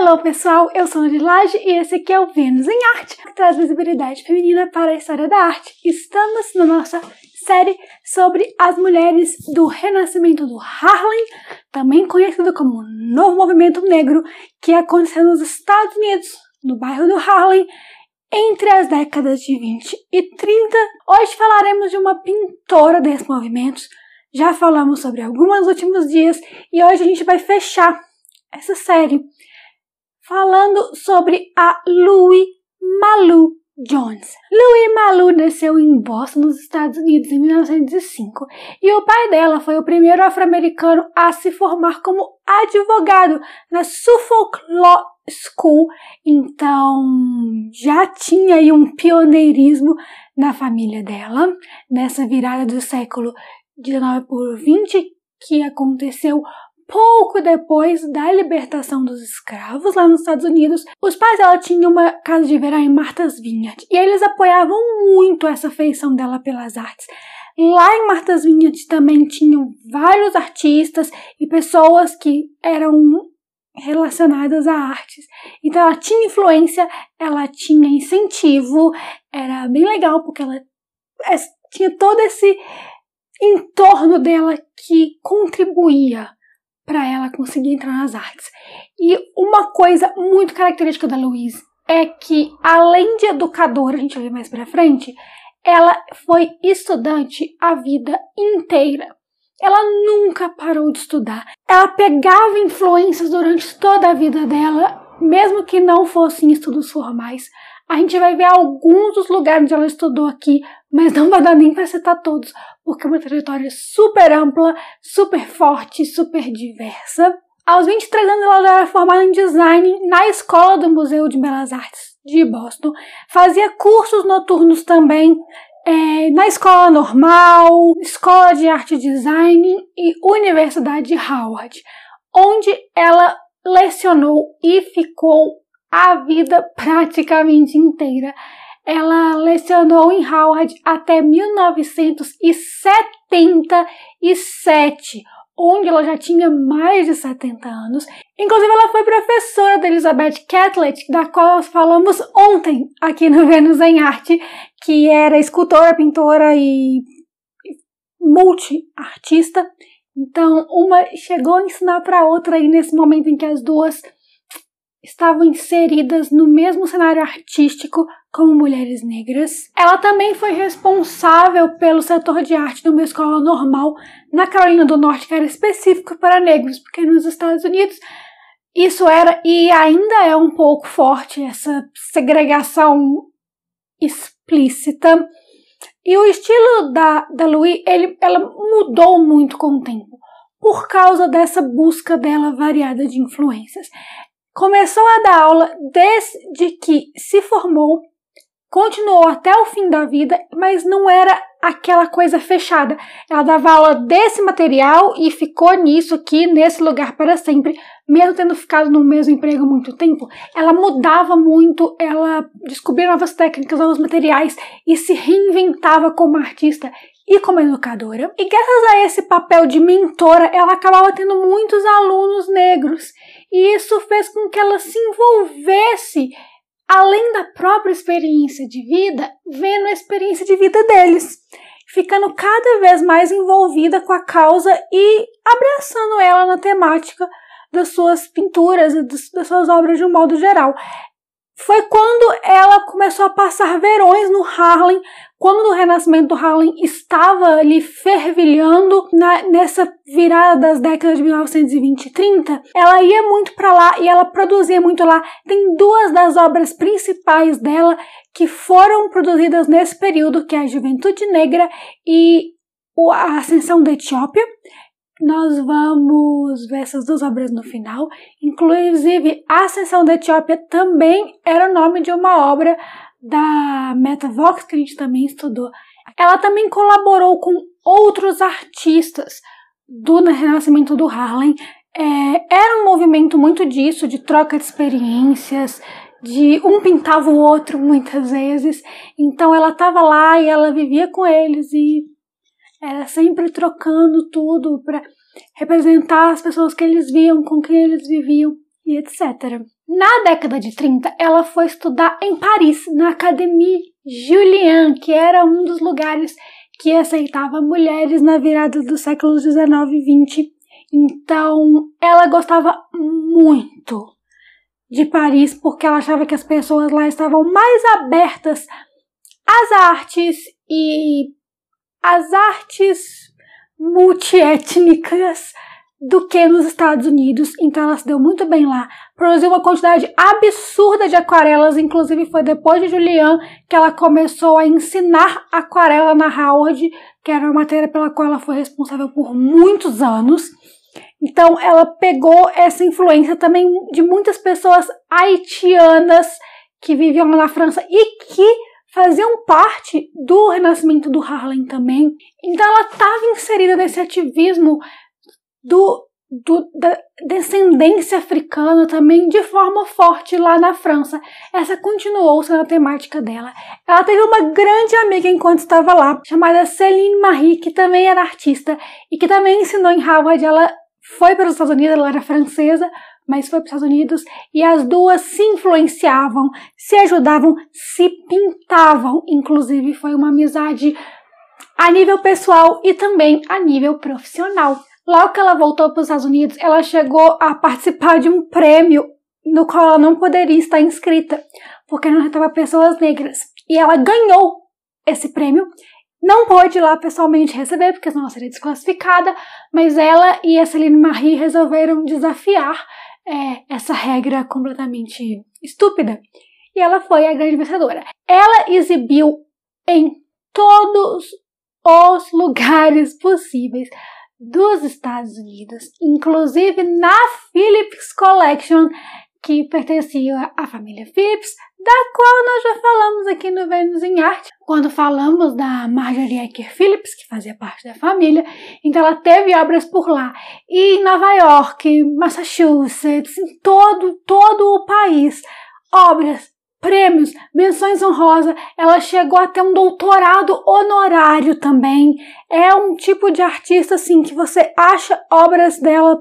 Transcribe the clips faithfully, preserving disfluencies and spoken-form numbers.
Hello pessoal, eu sou a Lilage e esse aqui é o Vênus em Arte, que traz visibilidade feminina para a história da arte. Estamos na nossa série sobre as mulheres do renascimento do Harlem, também conhecido como Novo Movimento Negro, que aconteceu nos Estados Unidos, no bairro do Harlem, entre as décadas de vinte e trinta. Hoje falaremos de uma pintora desse movimento. Já falamos sobre algumas nos últimos dias e hoje a gente vai fechar essa série falando sobre a Louise Malu Jones. Louise Malu nasceu em Boston, nos Estados Unidos, em mil novecentos e cinco, e o pai dela foi o primeiro afro-americano a se formar como advogado na Suffolk Law School. Então já tinha aí um pioneirismo na família dela, nessa virada do século dezenove por vinte, que aconteceu pouco depois da libertação dos escravos lá nos Estados Unidos. Os pais dela tinham uma casa de verão em Martha's Vineyard e eles apoiavam muito essa feição dela pelas artes. Lá em Martha's Vineyard também tinham vários artistas e pessoas que eram relacionadas a artes. Então ela tinha influência, ela tinha incentivo, era bem legal porque ela tinha todo esse entorno dela que contribuía para ela conseguir entrar nas artes. E uma coisa muito característica da Louise é que, além de educadora, a gente vai ver mais pra frente, ela foi estudante a vida inteira. Ela nunca parou de estudar. Ela pegava influências durante toda a vida dela, mesmo que não fossem estudos formais. A gente vai ver alguns dos lugares onde ela estudou aqui, mas não vai dar nem para citar todos, porque é uma trajetória super ampla, super forte, super diversa. Aos vinte e três anos ela era formada em design na escola do Museu de Belas Artes de Boston. Fazia cursos noturnos também é, na escola normal, escola de arte e design e Universidade de Howard, onde ela lecionou e ficou a vida praticamente inteira. Ela lecionou em Howard até mil novecentos e setenta e sete, onde ela já tinha mais de setenta anos. Inclusive, ela foi professora da Elizabeth Catlett, da qual nós falamos ontem aqui no Vênus em Arte, que era escultora, pintora e multi-artista. Então, uma chegou a ensinar para a outra aí nesse momento em que as duas estavam inseridas no mesmo cenário artístico como mulheres negras. Ela também foi responsável pelo setor de arte de uma escola normal na Carolina do Norte, que era específico para negros, porque nos Estados Unidos isso era e ainda é um pouco forte, essa segregação explícita. E o estilo da, da Louise, ele, ela mudou muito com o tempo, por causa dessa busca dela variada de influências. Começou a dar aula desde que se formou, continuou até o fim da vida, mas não era aquela coisa fechada. Ela dava aula desse material e ficou nisso aqui, nesse lugar para sempre, mesmo tendo ficado no mesmo emprego há muito tempo. Ela mudava muito, ela descobria novas técnicas, novos materiais e se reinventava como artista e como educadora. E graças a esse papel de mentora, ela acabava tendo muitos alunos negros. E isso fez com que ela se envolvesse, além da própria experiência de vida, vendo a experiência de vida deles, ficando cada vez mais envolvida com a causa e abraçando ela na temática das suas pinturas e das suas obras de um modo geral. Foi quando ela começou a passar verões no Harlem, quando o renascimento do Harlem estava ali fervilhando na, nessa virada das décadas de mil novecentos e vinte e trinta, ela ia muito para lá e ela produzia muito lá. Tem duas das obras principais dela que foram produzidas nesse período, que é a Juventude Negra e a Ascensão da Etiópia. Nós vamos ver essas duas obras no final. Inclusive, a Ascensão da Etiópia também era o nome de uma obra da Meta Vox, que a gente também estudou. Ela também colaborou com outros artistas do renascimento do Harlem. É, era um movimento muito disso, de troca de experiências, de um pintava o outro muitas vezes. Então ela estava lá e ela vivia com eles e era sempre trocando tudo para representar as pessoas que eles viam, com quem eles viviam e etcétera. Na década de trinta, ela foi estudar em Paris, na Académie Julian, que era um dos lugares que aceitava mulheres na virada dos séculos dezenove e vinte. Então, ela gostava muito de Paris, porque ela achava que as pessoas lá estavam mais abertas às artes e às artes multiétnicas do que nos Estados Unidos. Então ela se deu muito bem lá, produziu uma quantidade absurda de aquarelas, inclusive foi depois de Julian que ela começou a ensinar aquarela na Howard, que era uma matéria pela qual ela foi responsável por muitos anos. Então ela pegou essa influência também de muitas pessoas haitianas que viviam lá na França e que faziam parte do renascimento do Harlem também. Então ela estava inserida nesse ativismo do, do, da descendência africana também de forma forte lá na França. Essa continuou sendo a temática dela. Ela teve uma grande amiga enquanto estava lá, chamada Céline Marie, que também era artista e que também ensinou em Harvard. Ela foi para os Estados Unidos, ela era francesa, mas foi para os Estados Unidos, e as duas se influenciavam, se ajudavam, se pintavam. Inclusive foi uma amizade a nível pessoal e também a nível profissional. Logo que ela voltou para os Estados Unidos, ela chegou a participar de um prêmio no qual ela não poderia estar inscrita, porque não estava pessoas negras. E ela ganhou esse prêmio. Não pôde ir lá pessoalmente receber, porque senão ela seria desclassificada, mas ela e a Céline Marie resolveram desafiar é, essa regra completamente estúpida. E ela foi a grande vencedora. Ela exibiu em todos os lugares possíveis dos Estados Unidos, inclusive na Phillips Collection, que pertencia à família Phillips, da qual nós já falamos aqui no Vênus em Arte, quando falamos da Marjorie Ecker Phillips, que fazia parte da família. Então ela teve obras por lá, e em Nova York, Massachusetts, em todo, todo o país, obras, prêmios, menções honrosas. Ela chegou a ter um doutorado honorário também. É um tipo de artista assim que você acha obras dela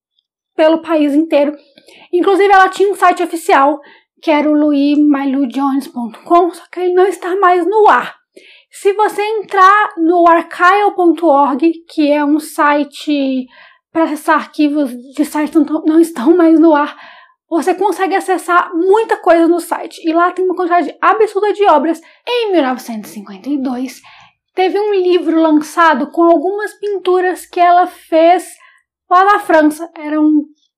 pelo país inteiro. Inclusive ela tinha um site oficial, que era o louis mailou jones ponto com, só que ele não está mais no ar. Se você entrar no archive ponto org, que é um site para acessar arquivos de sites que não, não estão mais no ar, você consegue acessar muita coisa no site. E lá tem uma quantidade absurda de obras. Em mil novecentos e cinquenta e dois, teve um livro lançado com algumas pinturas que ela fez lá na França. Eram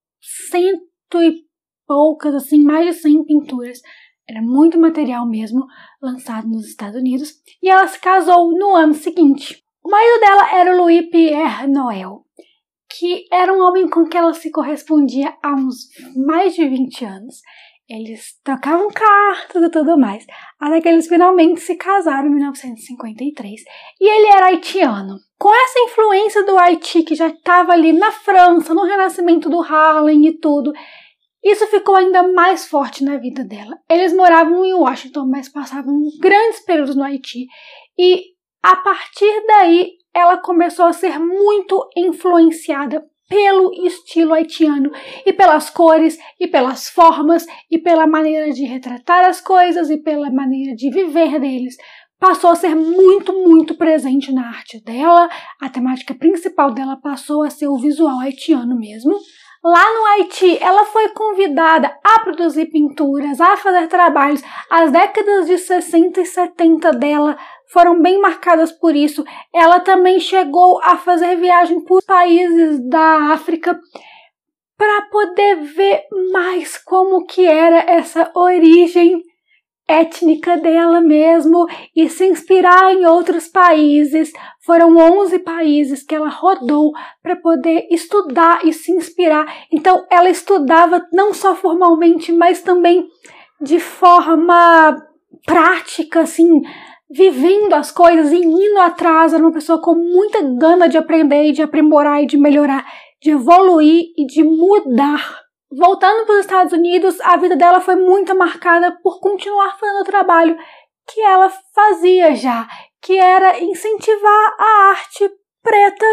cento e poucas, assim, mais de cem pinturas. Era muito material mesmo, lançado nos Estados Unidos. E ela se casou no ano seguinte. O marido dela era o Louis Pierre Noël, que era um homem com quem ela se correspondia há uns mais de vinte anos. Eles trocavam cartas e tudo mais, até que eles finalmente se casaram em mil novecentos e cinquenta e três. E ele era haitiano. Com essa influência do Haiti, que já estava ali na França, no renascimento do Harlem e tudo, isso ficou ainda mais forte na vida dela. Eles moravam em Washington, mas passavam grandes períodos no Haiti. E a partir daí, ela começou a ser muito influenciada pelo estilo haitiano e pelas cores e pelas formas e pela maneira de retratar as coisas e pela maneira de viver deles. Passou a ser muito, muito presente na arte dela. A temática principal dela passou a ser o visual haitiano mesmo. Lá no Haiti, ela foi convidada a produzir pinturas, a fazer trabalhos. As décadas de sessenta e setenta dela foram bem marcadas por isso. Ela também chegou a fazer viagem por países da África para poder ver mais como que era essa origem étnica dela mesmo e se inspirar em outros países. Foram onze países que ela rodou para poder estudar e se inspirar. Então ela estudava não só formalmente, mas também de forma prática, assim, vivendo as coisas e indo atrás. Era uma pessoa com muita gana de aprender e de aprimorar e de melhorar, de evoluir e de mudar. Voltando para os Estados Unidos, a vida dela foi muito marcada por continuar fazendo o trabalho que ela fazia já, que era incentivar a arte preta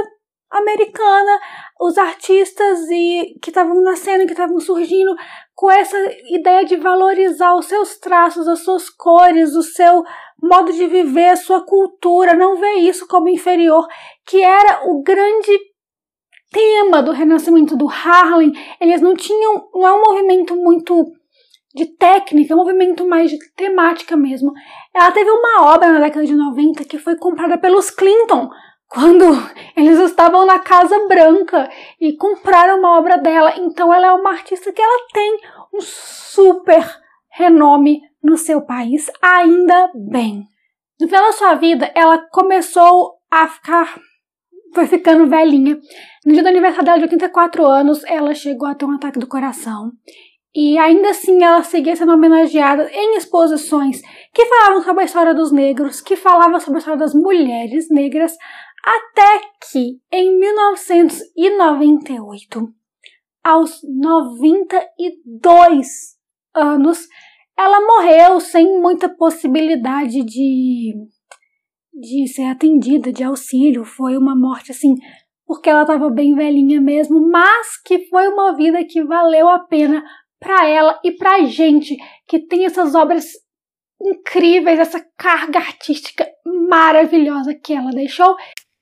americana, os artistas e, que estavam nascendo, que estavam surgindo com essa ideia de valorizar os seus traços, as suas cores, o seu modo de viver, a sua cultura, não ver isso como inferior, que era o grande tema do renascimento do Harlem. Eles não tinham, não é um movimento muito de técnica, é um movimento mais de temática mesmo. Ela teve uma obra na década de noventa que foi comprada pelos Clinton, quando eles estavam na Casa Branca e compraram uma obra dela. Então ela é uma artista que ela tem um super renome no seu país, ainda bem. No final da sua vida, ela começou a ficar, foi ficando velhinha. No dia do aniversário dela de oitenta e quatro anos, ela chegou a ter um ataque do coração. E ainda assim ela seguia sendo homenageada em exposições que falavam sobre a história dos negros, que falavam sobre a história das mulheres negras, até que em mil novecentos e noventa e oito, aos noventa e dois anos, ela morreu sem muita possibilidade de, de ser atendida, de auxílio. Foi uma morte assim, porque ela estava bem velhinha mesmo, mas que foi uma vida que valeu a pena para ela e pra gente que tem essas obras incríveis, essa carga artística maravilhosa que ela deixou.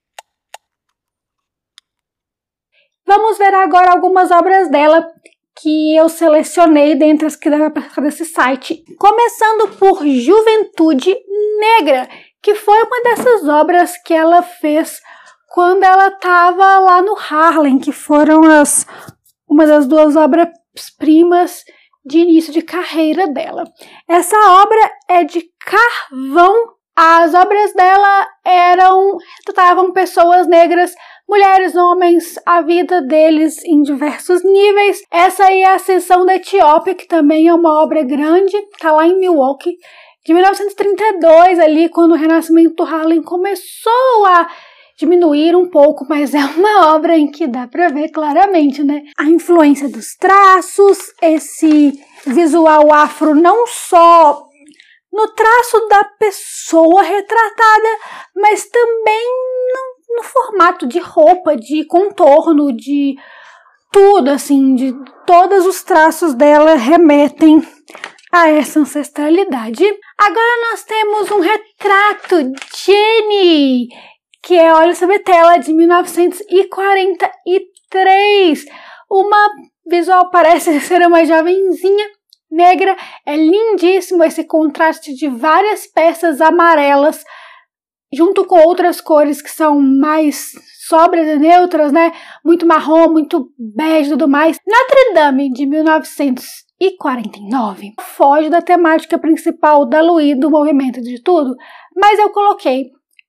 Vamos ver agora algumas obras dela que eu selecionei dentre as que dá para desse site. Começando por Juventude Negra, que foi uma dessas obras que ela fez quando ela estava lá no Harlem, que foram as, uma das duas obras-primas de início de carreira dela. Essa obra é de carvão. As obras dela eram, retratavam pessoas negras, mulheres, homens, a vida deles em diversos níveis. Essa aí é a Ascensão da Etiópia, que também é uma obra grande, tá lá em Milwaukee, de mil novecentos e trinta e dois, ali quando o renascimento do Harlem começou a diminuir um pouco, mas é uma obra em que dá pra ver claramente, né, a influência dos traços, esse visual afro não só no traço da pessoa retratada, mas também no, no formato de roupa, de contorno, de tudo, assim, de todos os traços dela remetem a essa ancestralidade. Agora nós temos um retrato Jenny, que é Olhos sobre Tela, de mil novecentos e quarenta e três. Uma visual parece ser uma jovenzinha negra, é lindíssimo esse contraste de várias peças amarelas junto com outras cores que são mais sóbrias e neutras, né? Muito marrom, muito bege e tudo mais. Notre Dame, de mil novecentos e quarenta e nove, foge da temática principal da Louis, do movimento de tudo, mas eu coloquei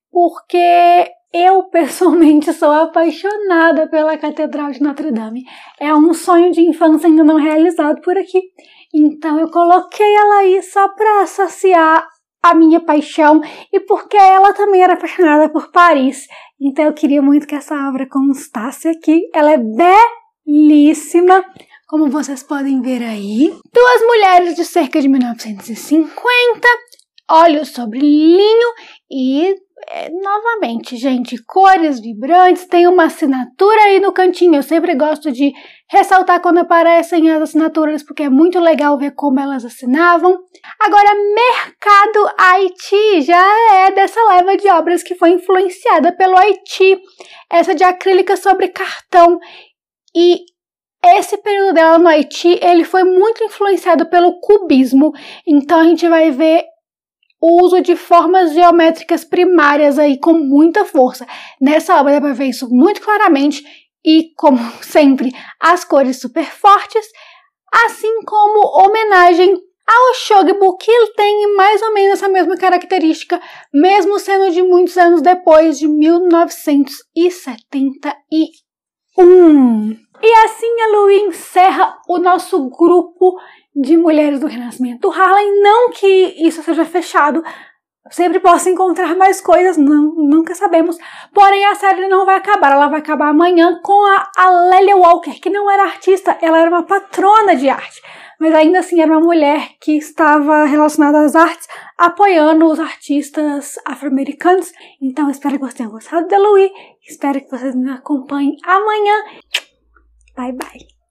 porque eu pessoalmente sou apaixonada pela Catedral de Notre Dame. É um sonho de infância ainda não realizado por aqui. Então eu coloquei ela aí só para saciar a minha paixão e porque ela também era apaixonada por Paris. Então eu queria muito que essa obra constasse aqui. Ela é belíssima, como vocês podem ver aí. Duas mulheres de cerca de mil novecentos e cinquenta, olhos sobre linho e, é, novamente, gente, cores vibrantes. Tem uma assinatura aí no cantinho. Eu sempre gosto de ressaltar quando aparecem as assinaturas, porque é muito legal ver como elas assinavam. Agora, Mercado Haiti já é dessa leva de obras que foi influenciada pelo Haiti. Essa de acrílica sobre cartão. E esse período dela no Haiti, ele foi muito influenciado pelo cubismo. Então a gente vai ver o uso de formas geométricas primárias aí com muita força. Nessa obra dá pra ver isso muito claramente. E, como sempre, as cores super fortes, assim como homenagem ao Shogibu, que tem mais ou menos essa mesma característica, mesmo sendo de muitos anos depois, de mil novecentos e setenta e um. E assim a Louis encerra o nosso grupo de mulheres do Renascimento do Harlem. Não que isso seja fechado, sempre posso encontrar mais coisas, não, nunca sabemos. Porém, a série não vai acabar, ela vai acabar amanhã com a Allélia Walker, que não era artista, ela era uma patrona de arte. Mas ainda assim era uma mulher que estava relacionada às artes, apoiando os artistas afro-americanos. Então espero que vocês tenham gostado da Louie, espero que vocês me acompanhem amanhã. Bye, bye!